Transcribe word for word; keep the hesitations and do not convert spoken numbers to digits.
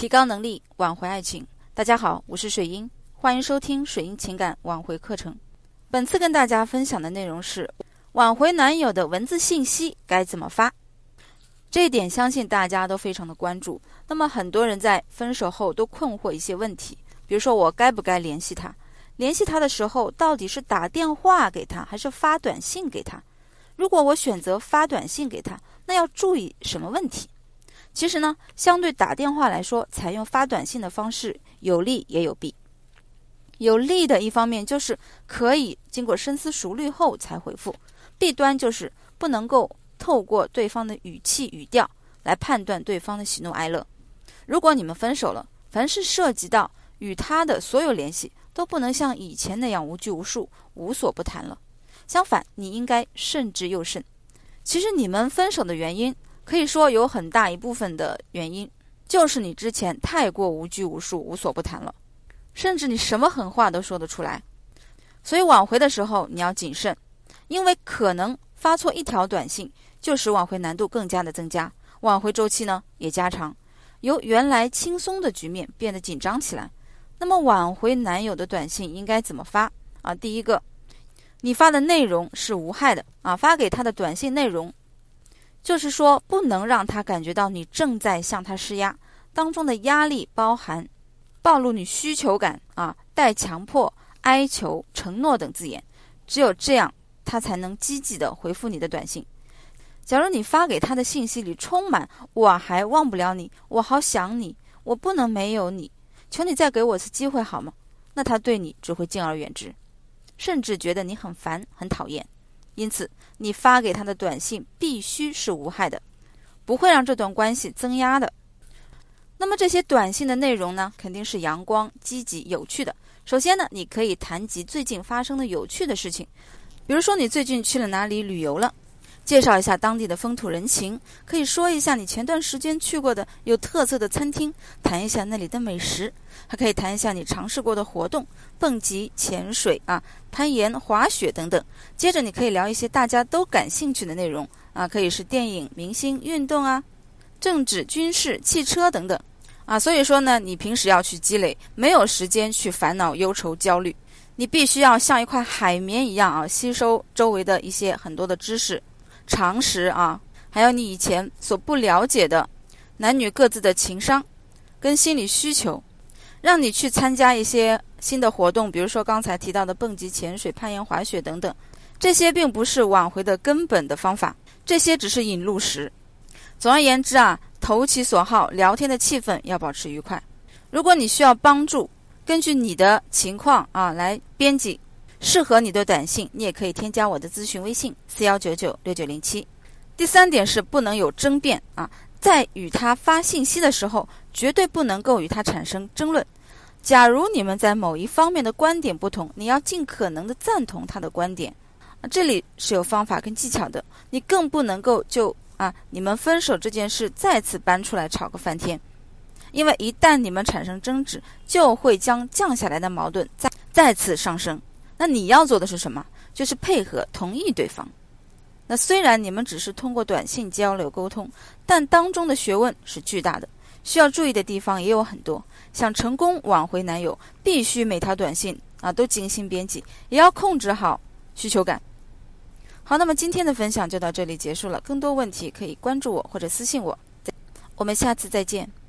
提高能力，挽回爱情。大家好，我是水英，欢迎收听水英情感挽回课程。本次跟大家分享的内容是挽回男友的文字信息该怎么发。这一点相信大家都非常的关注。那么很多人在分手后都困惑一些问题，比如说我该不该联系他？联系他的时候到底是打电话给他还是发短信给他？如果我选择发短信给他，那要注意什么问题？其实呢，相对打电话来说，采用发短信的方式有利也有弊。有利的一方面就是可以经过深思熟虑后才回复，弊端就是不能够透过对方的语气语调来判断对方的喜怒哀乐。如果你们分手了，凡是涉及到与他的所有联系都不能像以前那样无拘无束、无所不谈了。相反，你应该慎之又慎。其实你们分手的原因可以说有很大一部分的原因就是你之前太过无拘无束、无所不谈了，甚至你什么狠话都说得出来。所以挽回的时候你要谨慎，因为可能发错一条短信就使挽回难度更加的增加，挽回周期呢也加长，由原来轻松的局面变得紧张起来。那么挽回男友的短信应该怎么发啊？第一个，你发的内容是无害的啊，发给他的短信内容就是说不能让他感觉到你正在向他施压，当中的压力包含暴露你需求感啊，带强迫、哀求、承诺等字眼，只有这样他才能积极的回复你的短信。假如你发给他的信息里充满我还忘不了你，我好想你，我不能没有你，求你再给我次机会好吗？那他对你只会敬而远之，甚至觉得你很烦很讨厌。因此你发给他的短信必须是无害的，不会让这段关系增压的。那么这些短信的内容呢，肯定是阳光、积极、有趣的。首先呢，你可以谈及最近发生的有趣的事情，比如说你最近去了哪里旅游了，介绍一下当地的风土人情，可以说一下你前段时间去过的有特色的餐厅，谈一下那里的美食，还可以谈一下你尝试过的活动，蹦极、潜水啊、攀岩、滑雪等等。接着你可以聊一些大家都感兴趣的内容啊，可以是电影、明星、运动啊、政治、军事、汽车等等啊。所以说呢，你平时要去积累，没有时间去烦恼、忧愁、焦虑，你必须要像一块海绵一样啊，吸收周围的一些很多的知识、常识啊，还有你以前所不了解的男女各自的情商跟心理需求，让你去参加一些新的活动，比如说刚才提到的蹦极、潜水、攀岩、滑雪等等。这些并不是挽回的根本的方法，这些只是引路石。总而言之啊，投其所好，聊天的气氛要保持愉快。如果你需要帮助，根据你的情况啊来编辑适合你的短信，你也可以添加我的咨询微信四一九九六九零七。第三点是不能有争辩啊，在与他发信息的时候，绝对不能够与他产生争论。假如你们在某一方面的观点不同，你要尽可能的赞同他的观点，啊，这里是有方法跟技巧的。你更不能够就啊你们分手这件事再次搬出来吵个翻天，因为一旦你们产生争执，就会将降下来的矛盾再再次上升。那你要做的是什么？就是配合同意对方。那虽然你们只是通过短信交流沟通，但当中的学问是巨大的，需要注意的地方也有很多。想成功挽回男友，必须每条短信啊都精心编辑，也要控制好需求感。好，那么今天的分享就到这里结束了，更多问题可以关注我或者私信我，我们下次再见。